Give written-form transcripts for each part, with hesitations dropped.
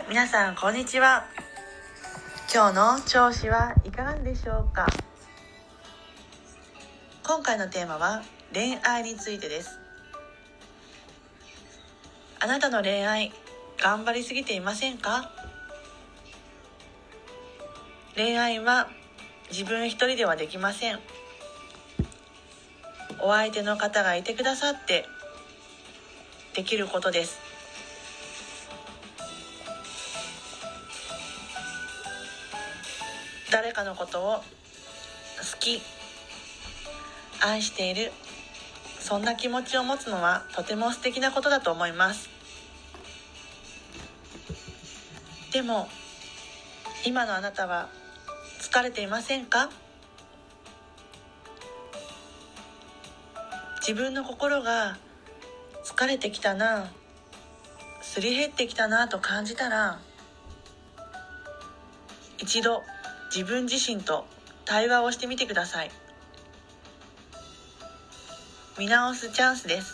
皆さんこんにちは。今日の調子はいかがでしょうか。今回のテーマは恋愛についてです。あなたの恋愛頑張りすぎていませんか？恋愛は自分一人ではできません。お相手の方がいてくださってできることです。誰かのことを好き、愛している、そんな気持ちを持つのはとても素敵なことだと思います。でも今のあなたは疲れていませんか？自分の心が疲れてきたな、すり減ってきたなと感じたら、一度自分自身と対話をしてみてください。見直すチャンスです。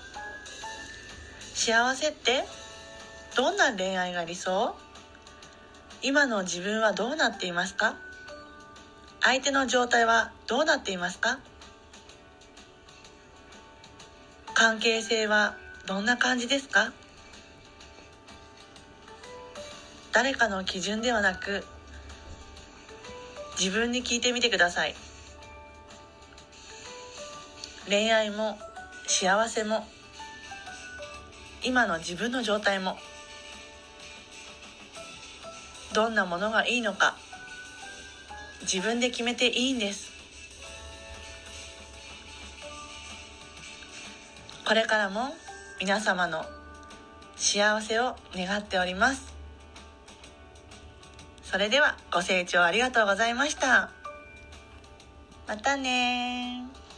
幸せってどんな恋愛が理想？今の自分はどうなっていますか？相手の状態はどうなっていますか？関係性はどんな感じですか？誰かの基準ではなく自分に聞いてみてください。恋愛も幸せも今の自分の状態もどんなものがいいのか自分で決めていいんです。これからも皆様の幸せを願っております。それではご清聴ありがとうございました。またね。